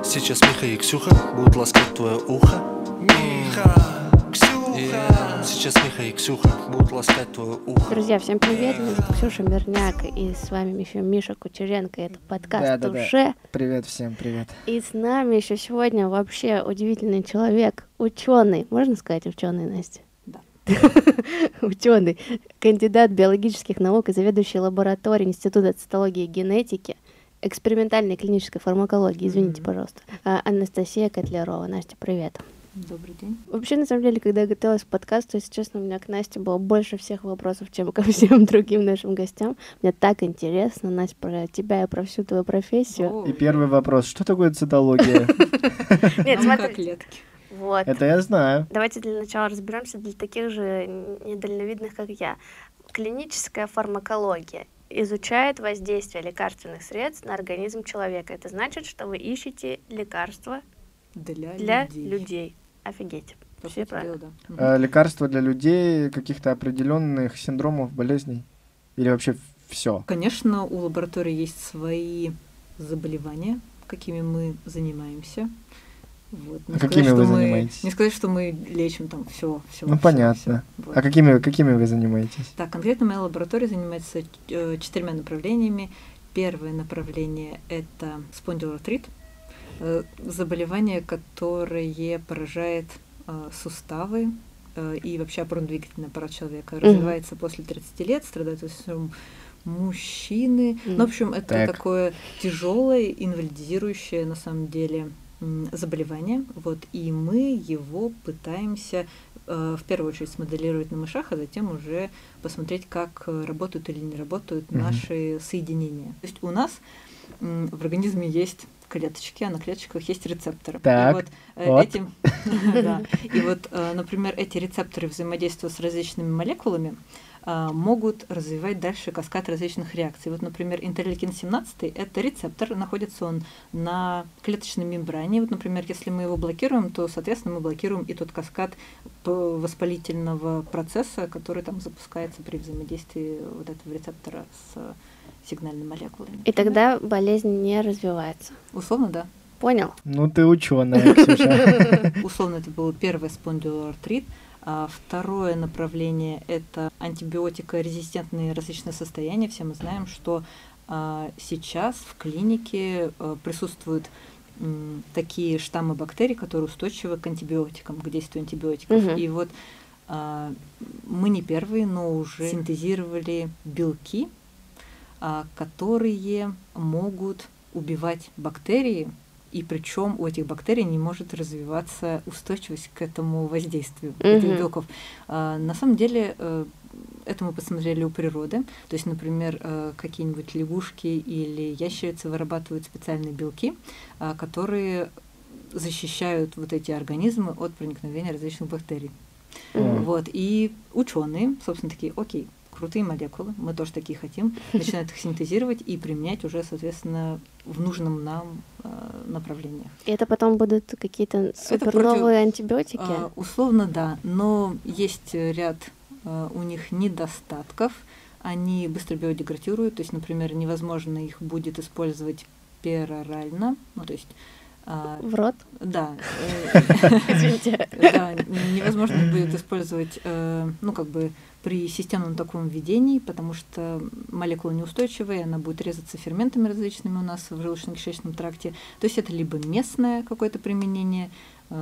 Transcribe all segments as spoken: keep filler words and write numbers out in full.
Сейчас Миха и Ксюха будут ласкать твое ухо. Миха, Ксюха. Yeah. Сейчас Миха и Ксюха будут ласкать твое ухо. Друзья, всем привет, меня зовут Ксюша Мирняк, и с вами еще Миша Кучеренко, это подкаст да, да, «Душе». Да. Привет всем, привет. И с нами еще сегодня вообще удивительный человек, ученый, можно сказать ученый, Настя? Да. Ученый, кандидат биологических наук и заведующий лабораторией Института цитологии и генетики, экспериментальной клинической фармакологии, извините, mm-hmm. пожалуйста, Анастасия Котлярова. Настя, привет. Добрый день. Вообще, на самом деле, когда я готовилась к подкасту, если честно, у меня к Насте было больше всех вопросов, чем ко всем другим нашим гостям. Мне так интересно, Настя, про тебя и про всю твою профессию. И первый вопрос. Что такое цитология? Нет, смотри. Клетки. Вот. Это я знаю. Давайте для начала разберемся для таких же недальновидных, как я. Клиническая фармакология изучает воздействие лекарственных средств на организм человека. Это значит, что вы ищете лекарства для, для людей. людей. Офигеть. По Все сути правильно. дела, да. А, лекарства для людей, каких-то определенных синдромов, болезней? Или вообще все? Конечно, у лаборатории есть свои заболевания, какими мы занимаемся. Вот. А какими вы мы, занимаетесь? Не сказать, что мы лечим там все, все. Ну, понятно. Всё, вот. А какими, какими вы занимаетесь? Так, конкретно моя лаборатория занимается э, четырьмя направлениями. Первое направление – это спондилоартрит, э, заболевание, которое поражает э, суставы э, и вообще опорно-двигательный аппарат человека. Mm-hmm. Развивается после тридцати лет, страдает всем мужчины. Mm-hmm. Ну, в общем, это так. такое тяжелое, инвалидизирующее на самом деле заболевание, вот, и мы его пытаемся э, в первую очередь смоделировать на мышах, а затем уже посмотреть, как работают или не работают mm-hmm. наши соединения. То есть у нас э, в организме есть клеточки, а на клеточках есть рецепторы. Так, и вот, э, вот. Этим, да, и вот, э, например, эти рецепторы взаимодействуют с различными молекулами, могут развивать дальше каскад различных реакций. Вот, например, интерлейкин семнадцать – это рецептор, находится он на клеточной мембране. Вот, например, если мы его блокируем, то, соответственно, мы блокируем и тот каскад воспалительного процесса, который там запускается при взаимодействии вот этого рецептора с сигнальными молекулами. И тогда болезнь не развивается. Условно, да. Понял? Ну, ты ученая, Ксюша. Условно, это был первый спондилоартрит. А второе направление – это антибиотикорезистентные различные состояния. Все мы знаем, что а, сейчас в клинике а, присутствуют м, такие штаммы бактерий, которые устойчивы к антибиотикам, к действию антибиотиков. Угу. И вот а, мы не первые, но уже синтезировали белки, а, которые могут убивать бактерии. И причем у этих бактерий не может развиваться устойчивость к этому воздействию mm-hmm. этих белков. А, на самом деле э, это мы посмотрели у природы. То есть, например, э, какие-нибудь лягушки или ящерицы вырабатывают специальные белки, э, которые защищают вот эти организмы от проникновения различных бактерий. Mm-hmm. Вот. И ученые, собственно, такие, окей, крутые молекулы, мы тоже такие хотим, начинают их синтезировать и применять уже, соответственно, в нужном нам э, направлении. И это потом будут какие-то суперновые против... антибиотики? Э, условно, да, но есть ряд э, у них недостатков, они быстро биодеградируют, то есть, например, невозможно их будет использовать перорально, ну, то есть А, в рот? Да. Извините. Да, невозможно будет использовать, ну, как бы, при системном таком введении, потому что молекула неустойчивая, она будет резаться ферментами различными у нас в желудочно-кишечном тракте. То есть это либо местное какое-то применение,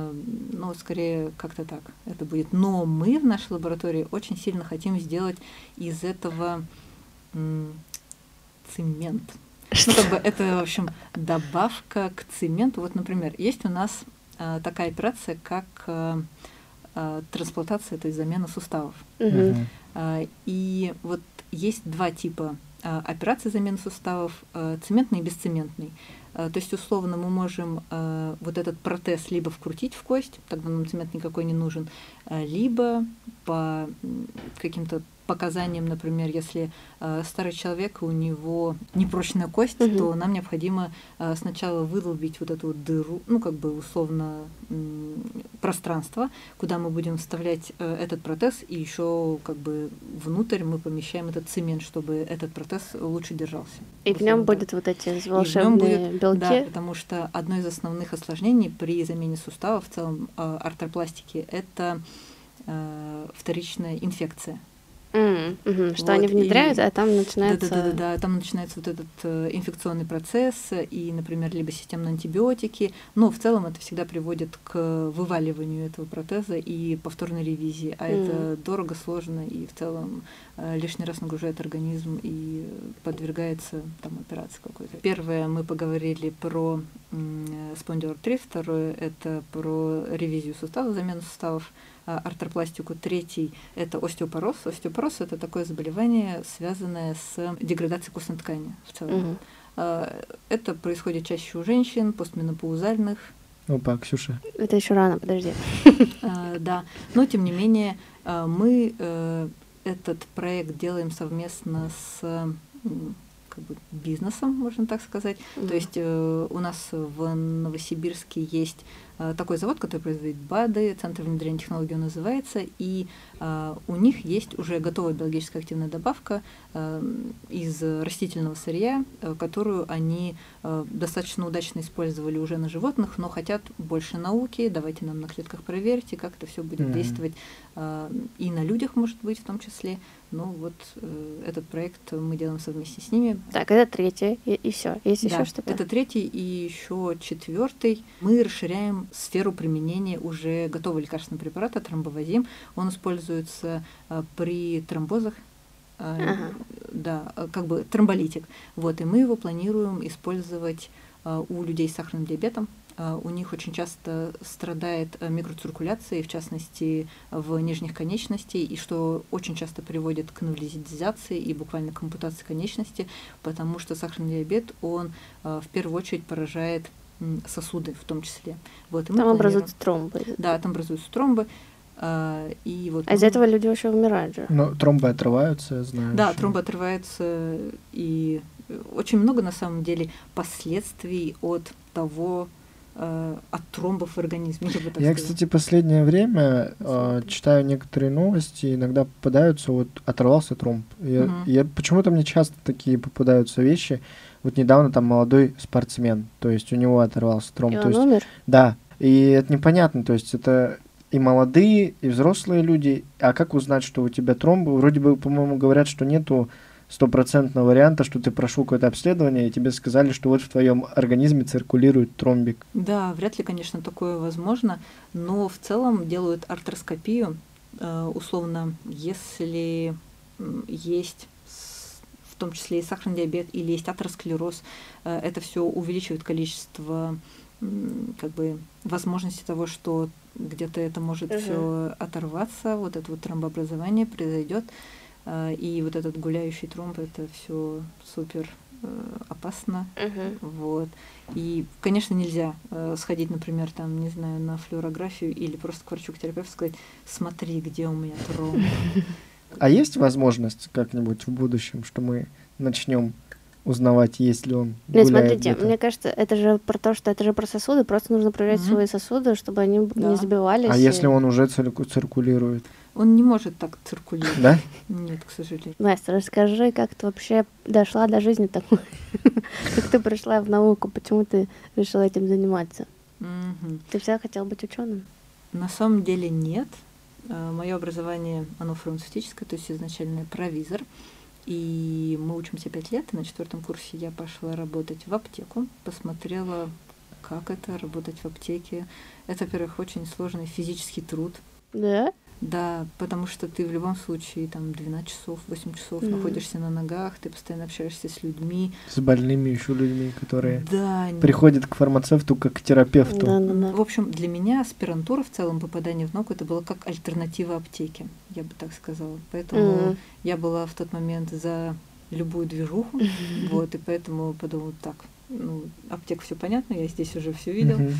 но скорее как-то так это будет. Но мы в нашей лаборатории очень сильно хотим сделать из этого м- цемент. Ну, как бы это, в общем, добавка к цементу. Вот, например, есть у нас а, такая операция, как а, а, трансплантация, то есть замена суставов. Uh-huh. А, и вот есть два типа а, операций замены суставов, а, цементный и бесцементный. А, то есть, условно, мы можем а, вот этот протез либо вкрутить в кость, тогда нам цемент никакой не нужен, а, либо по каким-то показаниям, например, если э, старый человек, у него непрочная кость, Мгм. то нам необходимо э, сначала выдолбить вот эту вот дыру, ну, как бы условно м, пространство, куда мы будем вставлять э, этот протез, и еще как бы внутрь мы помещаем этот цемент, чтобы этот протез лучше держался. И в условно нем так. будут вот эти И в нём волшебные будет- белки. Да, потому что одно из основных осложнений при замене сустава в целом э, артропластики – это э, вторичная инфекция. М, мгм, Что Вот, они внедряют, и- а там начинается... Да-да-да, там начинается вот этот э, инфекционный процесс, и, например, либо системные антибиотики, но в целом это всегда приводит к вываливанию этого протеза и повторной ревизии, а это дорого, сложно и в целом э, лишний раз нагружает организм и подвергается там операции какой-то. Первое, мы поговорили про спондилоартрит, второе — это про ревизию суставов, замену суставов, а, артропластику. Третий — это остеопороз. Остеопороз — это такое заболевание, связанное с деградацией костной ткани в целом. Мгм. А, Это происходит чаще у женщин, постменопаузальных, Опа, Ксюша. Это еще рано, подожди. а, да. Но, тем не менее, а, мы э, этот проект делаем совместно с м, как бы бизнесом, можно так сказать. Мгм. То есть э, у нас в Новосибирске есть э, такой завод, который производит БАДы, Центр внедрения технологий он называется, и э, у них есть уже готовая биологически активная добавка э, из растительного сырья, э, которую они э, достаточно удачно использовали уже на животных, но хотят больше науки, давайте нам на клетках проверьте, как это все будет Мгм. действовать э, и на людях, может быть, в том числе. Ну вот э, этот проект мы делаем совместно с ними. Так, это третье, и, и все. Есть Да, еще что-то? это третий и еще четвертый. Мы расширяем сферу применения уже готового лекарственного препарата тромбовазим. Он используется а, при тромбозах. а, Ага. Да, а, как бы тромболитик. Вот, и мы его планируем использовать а, у людей с сахарным диабетом. А, У них очень часто страдает а, микроциркуляция, в частности, в нижних конечностей, и что очень часто приводит к инвалидизации и буквально к ампутации конечности, потому что сахарный диабет, он а, в первую очередь поражает м, сосуды в том числе. Вот, и мы Там планируем- образуются тромбы. Да, там образуются тромбы. а, И вот А из-за мы- этого люди вообще умирают же. Ну, тромбы отрываются, я знаю. Да, ещё. тромбы отрываются, и э, очень много на самом деле последствий от того, э, от тромбов в организме, я бы так Я, сказала. кстати, последнее время э, читаю некоторые новости, иногда попадаются, вот оторвался тромб. Я, Мгм. я- почему-то мне часто такие попадаются вещи. Вот недавно там молодой спортсмен, то есть у него оторвался тромб. И то он есть, умер? да, и это непонятно, то есть это и молодые, и взрослые люди. А как узнать, что у тебя тромбы? Вроде бы, по-моему, говорят, что нету стопроцентного варианта, что ты прошел какое-то обследование, и тебе сказали, что вот в твоем организме циркулирует тромбик. Да, вряд ли, конечно, такое возможно, но в целом делают артроскопию, э, условно, если м, есть с- в том числе и сахарный диабет или есть атеросклероз, э, это все увеличивает количество м, как бы возможности того, что где-то это может Мгм. все оторваться, вот это вот тромбообразование произойдет, э, и вот этот гуляющий тромб, это все супер э, опасно. Мгм. Вот. И, конечно, нельзя э, сходить, например, там, не знаю, на флюорографию или просто к врачу, к терапевту сказать, смотри, где у меня тромб. А есть возможность как-нибудь в будущем, что мы начнем узнавать, есть ли он Нет, гуляет смотрите, где-то? мне кажется, это же про то, что это же про сосуды, просто нужно проверять Мгм. свои сосуды, чтобы они б- Да. не забивались. А и- если он уже цирку- циркулирует, Он не может так циркулировать. да? Нет, к сожалению. Настя, расскажи, как ты вообще дошла до жизни такой? Как ты пришла в науку? Почему ты решила этим заниматься? Мгм. Ты всегда хотела быть ученым? На самом деле нет. Мое образование, оно фармацевтическое, то есть изначально я провизор. И мы учимся пять лет, и на четвертом курсе я пошла работать в аптеку, посмотрела, как это работать в аптеке. Это, во-первых, очень сложный физический труд. Да? Да, потому что ты в любом случае там двенадцать часов, восемь часов Мгм. находишься на ногах, ты постоянно общаешься с людьми. С больными еще людьми, которые Да, не- приходят к фармацевту как к терапевту. Да, да, М, да. В общем, для меня аспирантура в целом, попадание в науку, это было как альтернатива аптеке, я бы так сказала. Поэтому Мгм. я была в тот момент за любую движуху, вот, и поэтому подумала, так, ну, аптека все понятно, я здесь уже все видел, Мгм.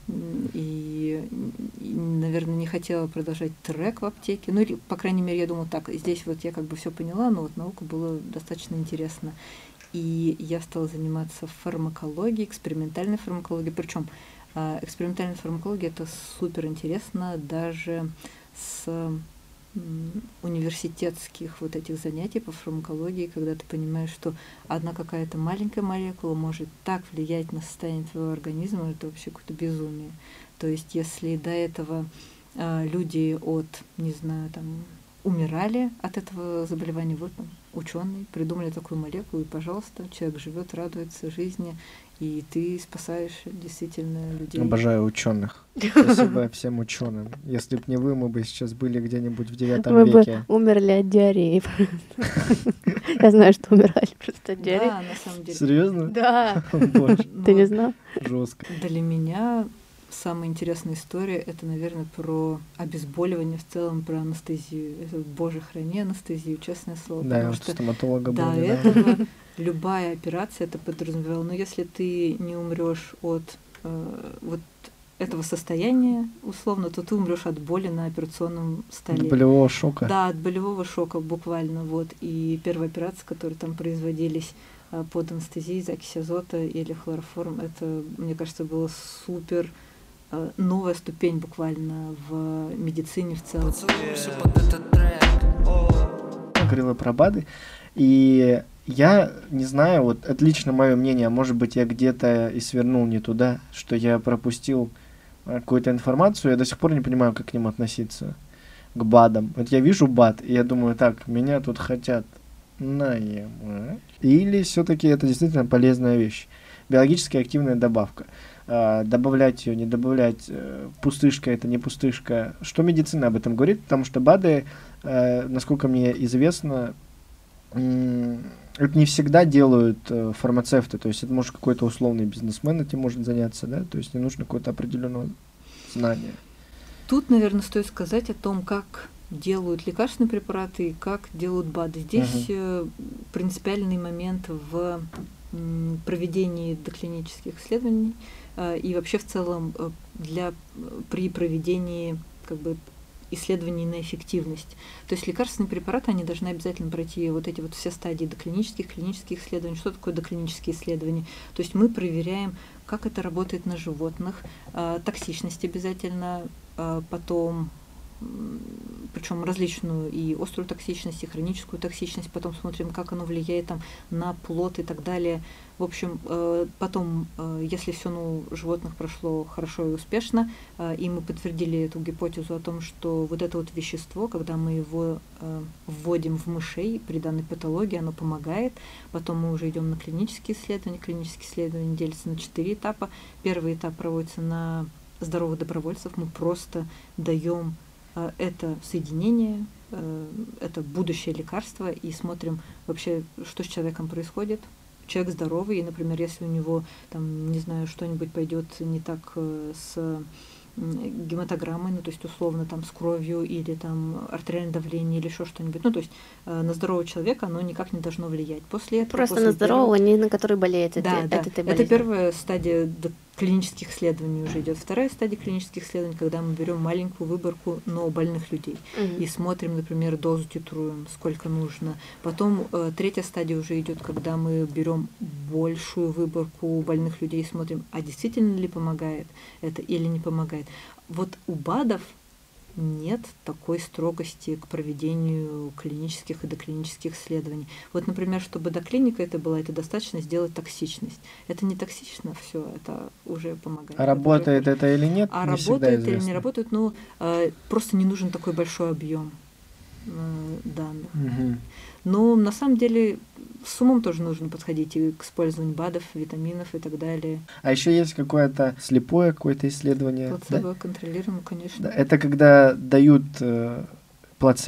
и, и, наверное, не хотела продолжать трек в аптеке. Ну, или, по крайней мере, я думала, так, здесь вот я как бы все поняла, но вот наука была достаточно интересна. И я стала заниматься фармакологией, экспериментальной фармакологией. Причем экспериментальная фармакология — это супер интересно даже с университетских вот этих занятий по фармакологии, когда ты понимаешь, что одна какая-то маленькая молекула может так влиять на состояние твоего организма, это вообще какое-то безумие. То есть если до этого э, люди от, не знаю, там, умирали от этого заболевания, вот там, ученые придумали такую молекулу, и, пожалуйста, человек живет, радуется жизни, и ты спасаешь действительно людей. Обожаю ученых. Спасибо всем ученым. Если бы не вы, мы бы сейчас были где-нибудь в девятом Мы веке. бы умерли от диареи. Я знаю, что умирали просто от диареи. Да, на самом деле. Серьезно? Да. Боже, Ты не знал? жестко. Для меня самая интересная история — это, наверное, про обезболивание в целом, про анестезию. Это, боже, храни анестезию, честное слово. Да, потому вот что стоматолога до были, да. этого любая операция это подразумевала. Но если ты не умрешь от э, вот этого состояния, условно, то ты умрешь от боли на операционном столе. От болевого шока. Да, от болевого шока буквально. Вот. И первые операции, которые там производились э, под анестезией, закись азота или хлороформ, это, мне кажется, было супер э, новая ступень буквально в медицине в целом. Говорила про БАДы, и я не знаю, вот это лично мое мнение, может быть, я где-то и свернул не туда, что я пропустил какую-то информацию, я до сих пор не понимаю, как к ним относиться, к БАДам. Вот я вижу БАД, и я думаю, так, меня тут хотят наебать. Или все-таки это действительно полезная вещь. Биологически активная добавка. А, добавлять ее, не добавлять, э, пустышка это не пустышка. Что медицина об этом говорит? Потому что БАДы, э, насколько мне известно, м- это не всегда делают э, фармацевты. То есть это может какой-то условный бизнесмен этим может заняться, да? То есть не нужно какое-то определенное знание. Тут, наверное, стоит сказать о том, как делают лекарственные препараты и как делают БАДы. Здесь uh-huh. принципиальный момент в м, проведении доклинических исследований э, и вообще в целом э, для, при проведении как бы, исследований на эффективность. То есть лекарственные препараты, они должны обязательно пройти вот эти вот все стадии доклинических, клинических исследований. Что такое доклинические исследования? То есть мы проверяем, как это работает на животных, э, токсичность обязательно, э, потом причем различную и острую токсичность, и хроническую токсичность, потом смотрим, как оно влияет там, на плод и так далее. В общем, э, потом, э, если все ну, у животных прошло хорошо и успешно, э, и мы подтвердили эту гипотезу о том, что вот это вот вещество, когда мы его э, вводим в мышей при данной патологии, оно помогает. Потом мы уже идем на клинические исследования. Клинические исследования делятся на четыре этапа. Первый этап проводится на здоровых добровольцев. Мы просто даем это соединение, это будущее лекарство, и смотрим вообще, что с человеком происходит. Человек здоровый, и, например, если у него, там, не знаю, что-нибудь пойдет не так с гематограммой, ну, то есть, условно, там, с кровью или там артериальное давление или еще что-нибудь. Ну, то есть, на здорового человека оно никак не должно влиять. После этого... Просто после на здорового, первого... не на который болеет да, этой, да. от этой болезни. Это первая стадия клинических исследований уже идет. Вторая стадия клинических исследований, когда мы берем маленькую выборку, но больных людей, угу. и смотрим, например, дозу титруем, сколько нужно. Потом э, третья стадия уже идет, когда мы берем большую выборку больных людей и смотрим, а действительно ли помогает это или не помогает. Вот у БАДов нет такой строгости к проведению клинических и доклинических исследований. Вот, например, чтобы доклиника это была, это достаточно сделать токсичность. Это не токсично, все, это уже помогает. А работает это, это или нет? А не работает или не работает, ну, э, просто не нужен такой большой объем э, данных. Угу. Но на самом деле с умом тоже нужно подходить и к использованию БАДов, витаминов и так далее. А еще есть какое-то слепое какое-то исследование. Плацебо да? контролируемо, конечно. Да, это когда дают э, плацебо,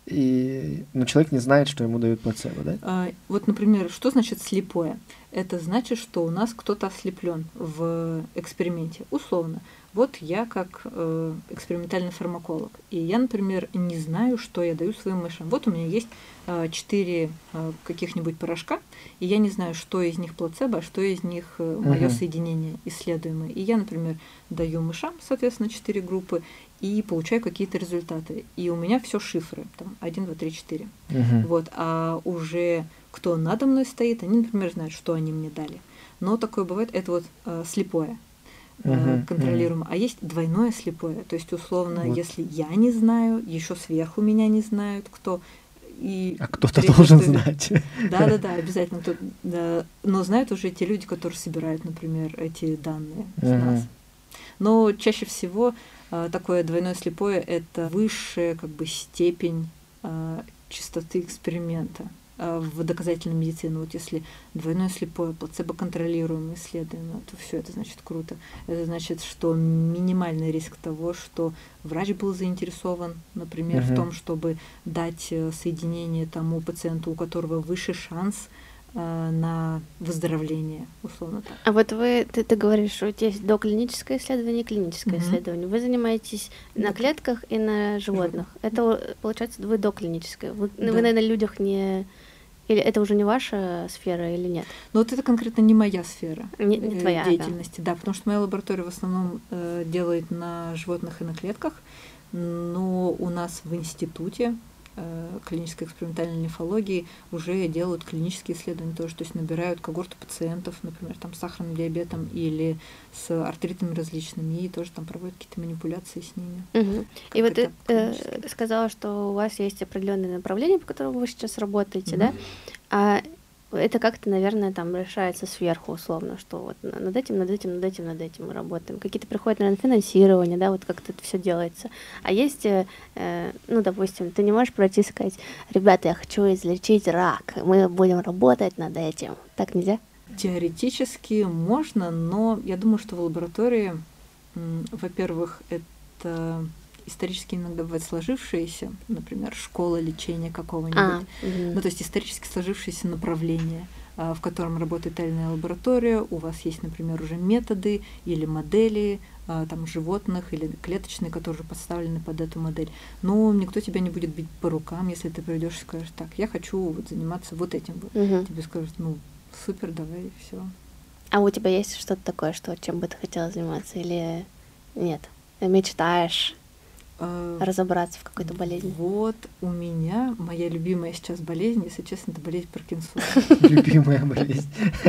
и, но человек не знает, что ему дают плацебо, да? А, вот, например, что значит слепое? Это значит, что у нас кто-то ослеплен в эксперименте. Условно. Вот я как э, экспериментальный фармаколог, и я, например, не знаю, что я даю своим мышам. Вот у меня есть э, четыре э, каких-нибудь порошка, и я не знаю, что из них плацебо, а что из них э, мое Мгм. соединение исследуемое. И я, например, даю мышам, соответственно, четыре группы, и получаю какие-то результаты. И у меня все шифры, там, один, два, три, четыре. Мгм. Вот, а уже кто надо мной стоит, они, например, знают, что они мне дали. Но такое бывает, это вот э, слепое, э, Мгм, контролируемо. А есть двойное слепое. То есть, условно, Вот. если я не знаю, еще сверху меня не знают, кто. И А кто-то третье, должен что- знать. Да, да, да, обязательно. Кто, да, но знают уже те люди, которые собирают, например, эти данные с Мгм. нас. Но чаще всего а, такое двойное слепое это высшая как бы степень а, чистоты эксперимента а, в доказательной медицине. Вот если двойное слепое, плацебо-контролируемое, исследуемое, то все это значит круто. Это значит, что минимальный риск того, что врач был заинтересован, например, Мгм. в том, чтобы дать э, соединение тому пациенту, у которого выше шанс э, на выздоровление, условно так. А вот вы, ты, ты говоришь, что у тебя есть доклиническое исследование и клиническое Мгм. исследование. Вы занимаетесь на Да. клетках и на животных. Это, э, получается, вы доклиническое. Вы, Да. вы, наверное, на людях не... Или это уже не ваша сфера или нет? Но вот это конкретно не моя сфера Не, не э, твоя, ага. деятельности, да, потому что моя лаборатория в основном э, делает на животных и на клетках, но у нас в институте э, клинической экспериментальной лимфологии уже делают клинические исследования тоже, то есть набирают когорту пациентов, например, там, с сахарным диабетом или с артритами различными, и тоже там проводят какие-то манипуляции с ними. Мгм. Как И вот ты это э, клинически. сказала, что у вас есть определенные направления, по которым вы сейчас работаете, Мгм. да? А это как-то, наверное, там решается сверху условно, что вот на- над этим, над этим, над этим, над этим мы работаем. Какие-то приходят, наверное, финансирование, да, вот как-то это все делается. А есть, э, э, ну, допустим, ты не можешь пройти и сказать: ребята, я хочу излечить рак, мы будем работать над этим. Так нельзя? Теоретически можно, но я думаю, что в лаборатории, м, во-первых, это исторически иногда бывает сложившееся, например, школа лечения какого-нибудь, А, мгм. ну то есть исторически сложившееся направление, а, в котором работает тайная лаборатория, у вас есть, например, уже методы или модели а, там животных или клеточные, которые уже подставлены под эту модель. Но никто тебя не будет бить по рукам, если ты придешь и скажешь: так, я хочу вот заниматься вот этим вот. Мгм. Тебе скажут: ну супер, давай, все. А у тебя есть что-то такое, что чем бы ты хотела заниматься, или нет? Мечтаешь разобраться в какой-то болезни? Вот у меня моя любимая сейчас болезнь, если честно, это болезнь Паркинсона. Любимая болезнь.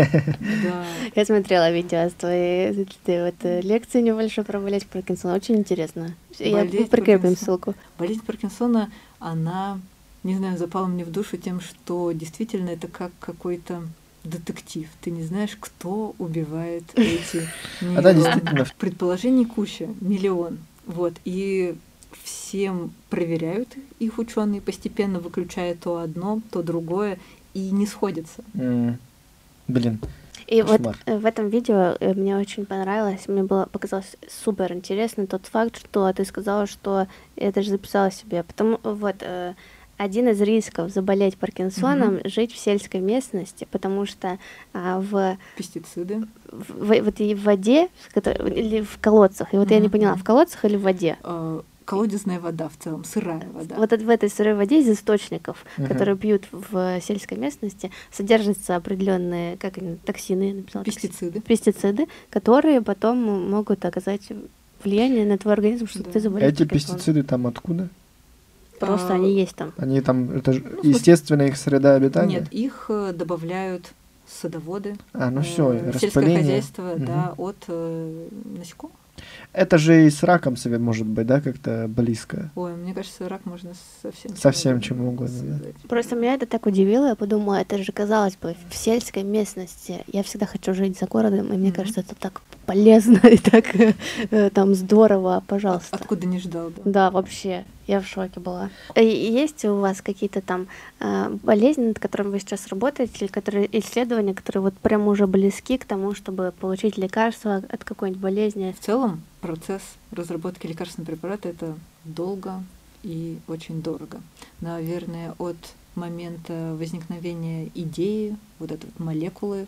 Да. Я смотрела видео с твоей ты вот, э, лекции небольшой про болезнь Паркинсона. Очень интересно. Я Болезнь прикреплю Паркинсона. ссылку. Болезнь Паркинсона, она, не знаю, запала мне в душу тем, что действительно это как какой-то детектив. Ты не знаешь, кто убивает эти А да, нейроны. действительно. Предположений куча, миллион. Вот. И всем проверяют их ученые, постепенно выключая то одно, то другое, и не сходятся. М, Блин. И вот Кошмар. э, в этом видео э, мне очень понравилось, мне было показалось супер интересно тот факт, что ты сказала, что это же записала себе. Потому вот э, один из рисков заболеть Паркинсоном жить в сельской местности, потому что а, в, Пестициды. в, в- вот и в воде в кото- или в колодцах, и вот я не Мгм, поняла, мгм. в колодцах или в воде. э, Колодезная вода в целом, сырая вода. Вот в этой сырой воде из источников, Мгм. которые пьют в сельской местности, содержатся определенные, как они, токсины, я написала, токси- Пестициды. пестициды, которые потом могут оказать влияние на твой организм, что Да. ты заболеешь Эти Паркинсоном. пестициды там откуда? Просто А, они есть там. Они там, это же Ну, в смысле- естественная их среда обитания? Нет, их э, добавляют садоводы, А, ну э, все, сельское распыление. хозяйство, Мгм. да, от э, насекомых. Это же и с раком совет может быть, да, как-то близко. Ой, мне кажется, рак можно совсем Совсем чем угодно, да. связать. Просто меня это так удивило, я подумала, это же, казалось бы, в сельской местности. Я всегда хочу жить за городом, и мне Мгм. кажется, это так полезно и так э, э, там здорово, пожалуйста. Откуда не ждал, да. Да, вообще, я в шоке была. И есть у вас какие-то там э, болезни, над которыми вы сейчас работаете, или которые, исследования, которые вот прям уже близки к тому, чтобы получить лекарство от какой-нибудь болезни? В целом процесс разработки лекарственного препарата это долго и очень дорого. Наверное, от момента возникновения идеи, вот этой вот молекулы,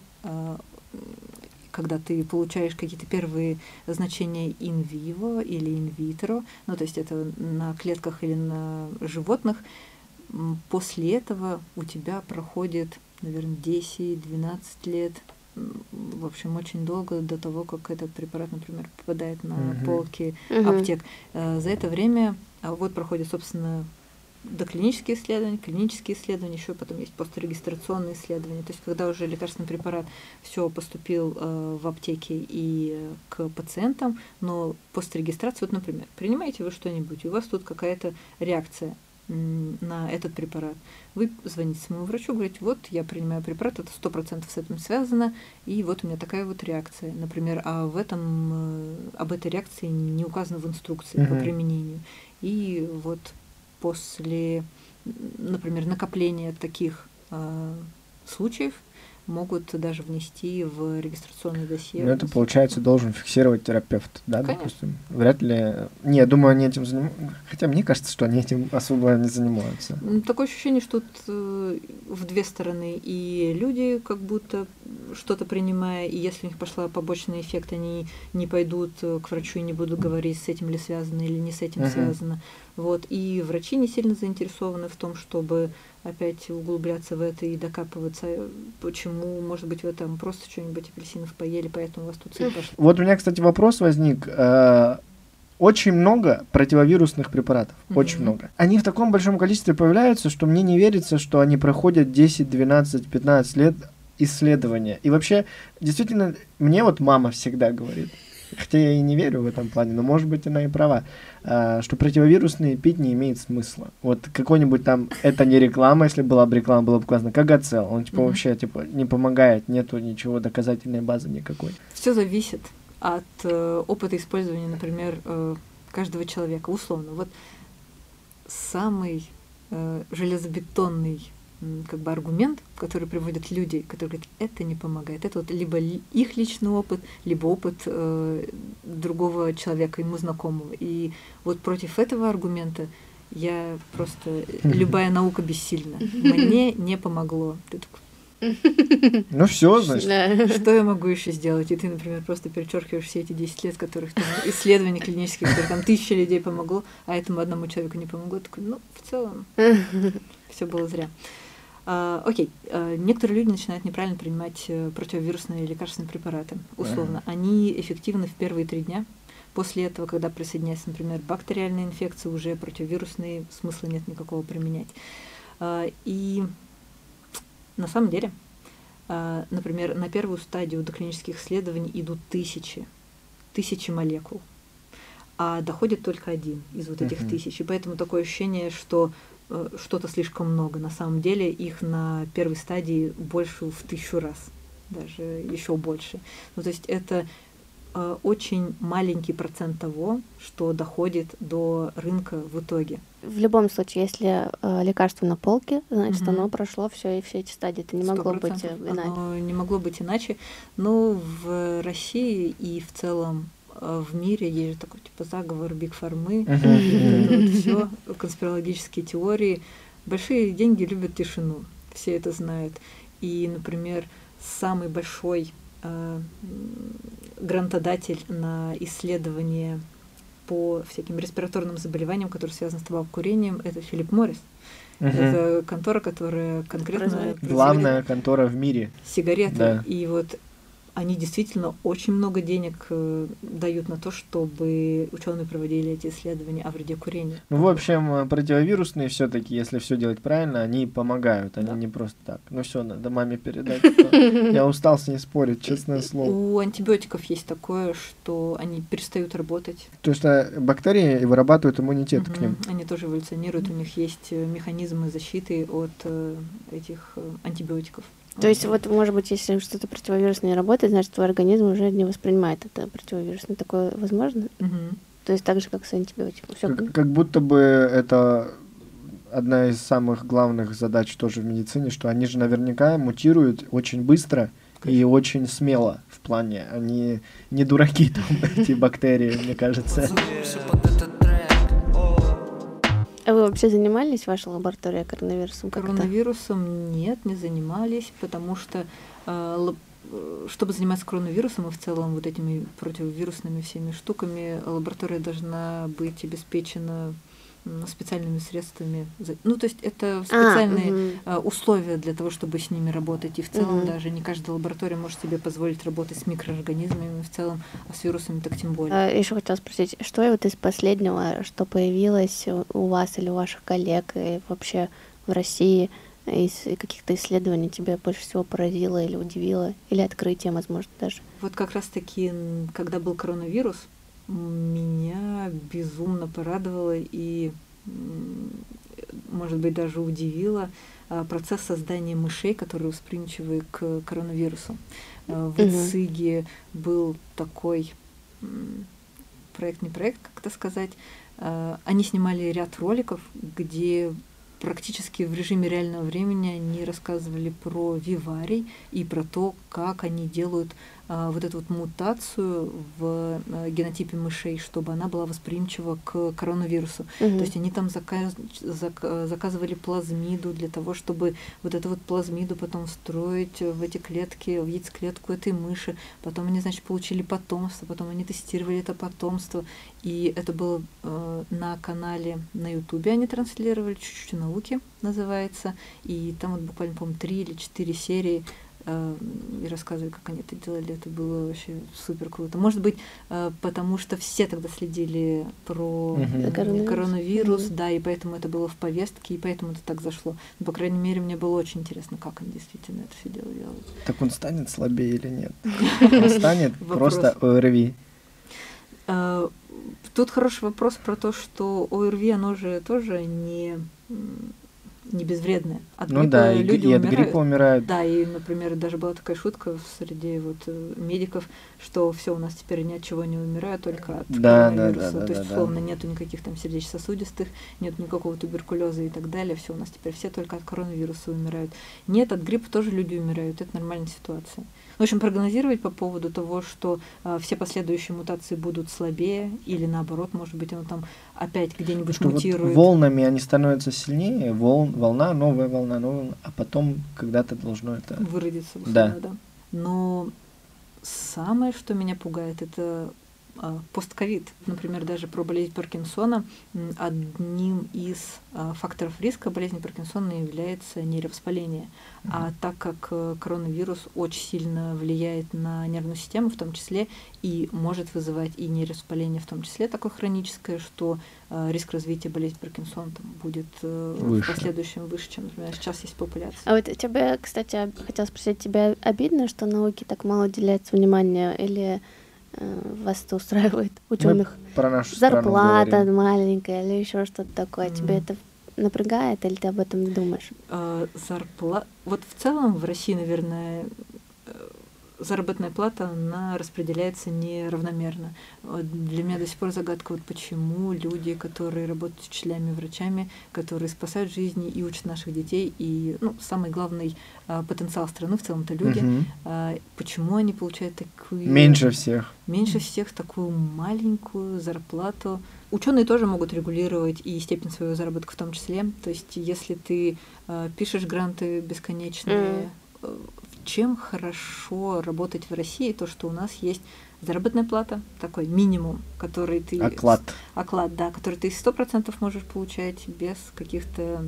когда ты получаешь какие-то первые значения in vivo или in vitro, ну то есть это на клетках или на животных, после этого у тебя проходит, наверное, десять-двенадцать лет, в общем, очень долго до того, как этот препарат, например, попадает на uh-huh. полки uh-huh. аптек. За это время вот проходит, собственно, доклинические исследования, клинические исследования, еще потом есть пострегистрационные исследования. То есть, когда уже лекарственный препарат все поступил э, в аптеке и э, к пациентам, но пострегистрации, вот, например, принимаете вы что-нибудь, и у вас тут какая-то реакция м, на этот препарат. Вы звоните своему врачу, говорите, вот я принимаю препарат, это сто процентов с этим связано, и вот у меня такая вот реакция. Например, а в этом, э, об этой реакции не указано в инструкции mm-hmm. по применению. И вот после, например, накопления таких э, случаев могут даже внести в регистрационное досье. Ну, это, получается, должен фиксировать терапевт, да, Конечно. Допустим? Вряд ли... Не, я думаю, они этим занимаются. Хотя мне кажется, что они этим особо не занимаются. Такое ощущение, что тут э, в две стороны. И люди как будто что-то принимая, и если у них пошла побочный эффект, они не пойдут к врачу и не будут говорить, с этим ли связано или не с этим uh-huh. связано. Вот. И врачи не сильно заинтересованы в том, чтобы опять углубляться в это и докапываться, почему, может быть, вы там просто что-нибудь апельсинов поели, поэтому у вас тут сыпь пошла. Вот у меня, кстати, вопрос возник. Очень много противовирусных препаратов, mm-hmm. очень много. Они в таком большом количестве появляются, что мне не верится, что они проходят десять, двенадцать, пятнадцать лет исследования. И вообще, действительно, мне вот мама всегда говорит, хотя я и не верю в этом плане, но, может быть, она и права, что противовирусные пить не имеет смысла. Вот какой-нибудь там, это не реклама, если была бы реклама, было бы указано, Кагацел, он типа mm-hmm. вообще типа не помогает, нету ничего, доказательной базы никакой. Все зависит от э, опыта использования, например, э, каждого человека, условно. Вот самый э, железобетонный как бы аргумент, который приводят люди, которые говорят, это не помогает. Это вот либо их личный опыт, либо опыт э, другого человека, ему знакомого. И вот против этого аргумента я просто... Любая наука бессильна. Мне не помогло. Ты такой, ну все, значит. Что я могу еще сделать? И ты, например, просто перечеркиваешь все эти десять лет, которых там исследований клинических, которые там тысячи людей помогло, а этому одному человеку не помогло. Такой, ну, в целом, все было зря. Uh, окей, uh, некоторые люди начинают неправильно принимать uh, противовирусные лекарственные препараты, условно. Uh-huh. Они эффективны в первые три дня. После этого, когда присоединяется, например, бактериальная инфекция, уже противовирусные смысла нет никакого применять. Uh, и на самом деле, uh, например, на первую стадию доклинических исследований идут тысячи, тысячи молекул, а доходит только один из вот этих uh-huh. тысяч. И поэтому такое ощущение, что что-то слишком много. На самом деле их на первой стадии больше в тысячу раз, даже еще больше. Ну, то есть это э, очень маленький процент того, что доходит до рынка в итоге. В любом случае, если э, лекарство на полке, значит, mm-hmm. оно прошло все и все эти стадии. Это не могло быть иначе. Оно не могло быть иначе. Но в России и в целом в мире есть же такой типа заговор Биг Фармы, uh-huh. и вот это вот все, конспирологические теории. Большие деньги любят тишину, все это знают. И, например, самый большой э, грантодатель на исследование по всяким респираторным заболеваниям, которые связаны с табакокурением, это Филипп Моррис. Uh-huh. Это контора, которая конкретно... Главная контора в мире. Сигареты. Да. И вот они действительно очень много денег э, дают на то, чтобы ученые проводили эти исследования о вреде курения. Ну, в общем, противовирусные все-таки, если все делать правильно, они помогают, они да. не просто так. Ну все, надо маме передать. Я устал с ней спорить, честное слово. У антибиотиков есть такое, что они перестают работать. То есть бактерии вырабатывают иммунитет к ним. Они тоже эволюционируют, у них есть механизмы защиты от этих антибиотиков. То есть, вот, может быть, если что-то противовирусное не работает, значит, твой организм уже не воспринимает это противовирусное. Такое возможно? Угу. То есть, так же, как с антибиотиком. Всё. Как, как будто бы это одна из самых главных задач тоже в медицине, что они же наверняка мутируют очень быстро и очень смело в плане. Они не дураки, там, эти бактерии, мне кажется. А вы вообще занимались в вашей лаборатории коронавирусом как-то? Коронавирусом нет, не занимались, потому что э, чтобы заниматься коронавирусом и в целом вот этими противовирусными всеми штуками, лаборатория должна быть обеспечена специальными средствами. Ну, то есть это специальные а, угу. условия для того, чтобы с ними работать. И в целом угу. даже не каждая лаборатория может себе позволить работать с микроорганизмами в целом, а с вирусами так тем более. А, еще хотела спросить, что вот из последнего, что появилось у вас или у ваших коллег и вообще в России из каких-то исследований тебя больше всего поразило или удивило, или открытие, возможно, даже? Вот как раз-таки, когда был коронавирус, меня безумно порадовало и, может быть, даже удивило процесс создания мышей, которые восприимчивы к коронавирусу. В ИЦИГе был такой проект, не проект, как это сказать. Они снимали ряд роликов, где практически в режиме реального времени они рассказывали про виварий и про то, как они делают а, вот эту вот мутацию в а, генотипе мышей, чтобы она была восприимчива к коронавирусу. Угу. То есть они там заказ, зак, заказывали плазмиду для того, чтобы вот эту вот плазмиду потом встроить в эти клетки, в яйцеклетку этой мыши. Потом они, значит, получили потомство, потом они тестировали это потомство. И это было э, на канале на Ютубе, они транслировали, чуть-чуть науки называется. И там вот буквально, по-моему, три или четыре серии э, и рассказывали, как они это делали. Это было вообще супер круто. Может быть, э, потому что все тогда следили про uh-huh. коронавирус, коронавирус uh-huh. да, и поэтому это было в повестке, и поэтому это так зашло. Но, по крайней мере, мне было очень интересно, как они действительно это все дело делают. Так он станет слабее или нет? Он станет просто ОРВИ? Тут хороший вопрос про то, что ОРВИ, оно же тоже не, не безвредное. От ну да, и, люди и от умирают. гриппа умирают. Да, и, например, даже была такая шутка среди вот медиков, что все у нас теперь ни от чего не умирают, только от да, коронавируса. Да, да, то да, есть, да, условно, да. нету никаких там сердечно-сосудистых, нет никакого туберкулеза и так далее. Все у нас теперь все только от коронавируса умирают. Нет, от гриппа тоже люди умирают. Это нормальная ситуация. В общем, прогнозировать по поводу того, что а, все последующие мутации будут слабее, или наоборот, может быть, оно там опять где-нибудь что мутирует. Вот волнами они становятся сильнее, волн, волна, новая волна, новая волна, а потом когда-то должно это... Выродиться. Да. да. Но самое, что меня пугает, это а, постковид. Например, даже про болезнь Паркинсона. Одним из а, факторов риска болезни Паркинсона является нейровоспаление. Mm-hmm. А так как коронавирус очень сильно влияет на нервную систему в том числе и может вызывать и нейровоспаление в том числе такое хроническое, что а, риск развития болезни Паркинсона там, будет а, в последующем выше, чем, например, сейчас есть популяция. А вот тебя, кстати, хотела спросить, тебе обидно, что науке так мало уделяется внимания, или вас это устраивает, ученых? Про нашу зарплата маленькая или еще что-то такое. Mm. Тебе это напрягает, или ты об этом не думаешь? А, зарплата. Вот в целом в России, наверное, заработная плата, она распределяется неравномерно. Для меня до сих пор загадка, вот почему люди, которые работают учителями, врачами, которые спасают жизни и учат наших детей, и ну, самый главный а, потенциал страны в целом-то люди, угу. а, почему они получают такую... Меньше всех. Меньше всех такую маленькую зарплату. Ученые тоже могут регулировать и степень своего заработка в том числе. То есть если ты а, пишешь гранты бесконечные... Mm. Чем хорошо работать в России, то, что у нас есть заработная плата, такой минимум, который ты... Оклад. Оклад, да, который ты сто процентов можешь получать без каких-то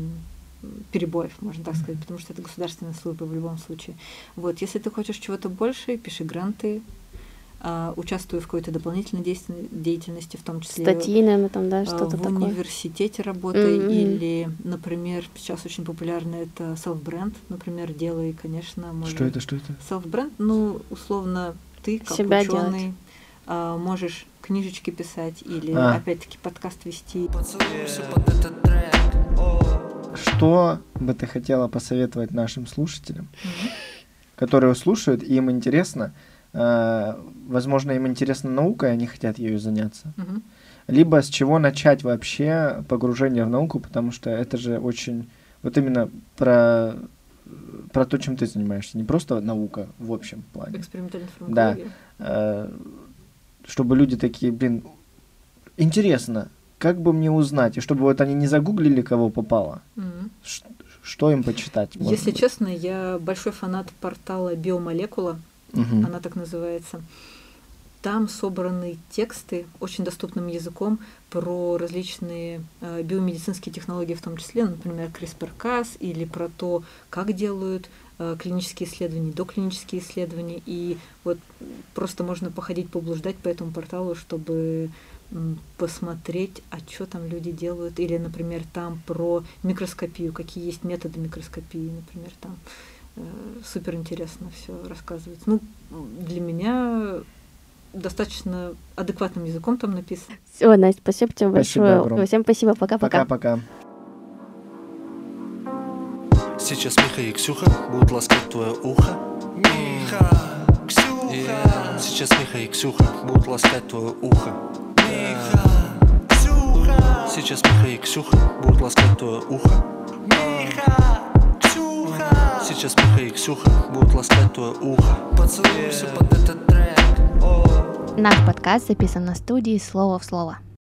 перебоев, можно так сказать, потому что это государственная служба в любом случае. Вот, если ты хочешь чего-то больше, пиши гранты, Uh, участвую в какой-то дополнительной деятельности, в том числе статьи, наверное, там, да, что-то uh, в такое. университете работай, mm-hmm. или, например, сейчас очень популярно это self-бренд, например, делай, конечно, может... Что это, что это? Self-бренд, ну, условно, ты, как себя ученый, uh, можешь книжечки писать или, а. опять-таки, подкаст вести. Что бы ты хотела посоветовать нашим слушателям, mm-hmm. которые слушают, и им интересно, Uh, возможно, им интересна наука, и они хотят ею заняться. Uh-huh. Либо с чего начать вообще погружение в науку, потому что это же очень... Вот именно про, про то, чем ты занимаешься. Не просто наука в общем плане. Экспериментальная фармакология. Да. Uh, чтобы люди такие, блин, интересно, как бы мне узнать? И чтобы вот они не загуглили, кого попало. Мгм. Ш- Что им почитать? может Если быть? честно, я большой фанат портала Биомолекула, Мгм. она так называется. Там собраны тексты очень доступным языком про различные э, биомедицинские технологии, в том числе, например, CRISPR-Cas, или про то, как делают э, клинические исследования, доклинические исследования. И вот просто можно походить, поблуждать по этому порталу, чтобы м, посмотреть, а что там люди делают. Или, например, там про микроскопию, какие есть методы микроскопии, например, там э, супер интересно все рассказывается. Ну, для меня достаточно адекватным языком там написано. Все, Настя, спасибо тебе Спасибо большое. огромное. Всем спасибо, пока-пока. Пока-пока. Сейчас Миха и Ксюха будут ласкать твое ухо. Миха, Ксюха. Yeah. Сейчас Миха и Ксюха будут ласкать твое ухо. Миха, Ксюха. Сейчас Миха и Ксюха будут ласкать твое ухо. Миха, Ксюха. Сейчас Миха и Ксюха будут ласкать твое ухо. Поцелуйся под этот трек. Наш подкаст записан на студии «Слово в слово».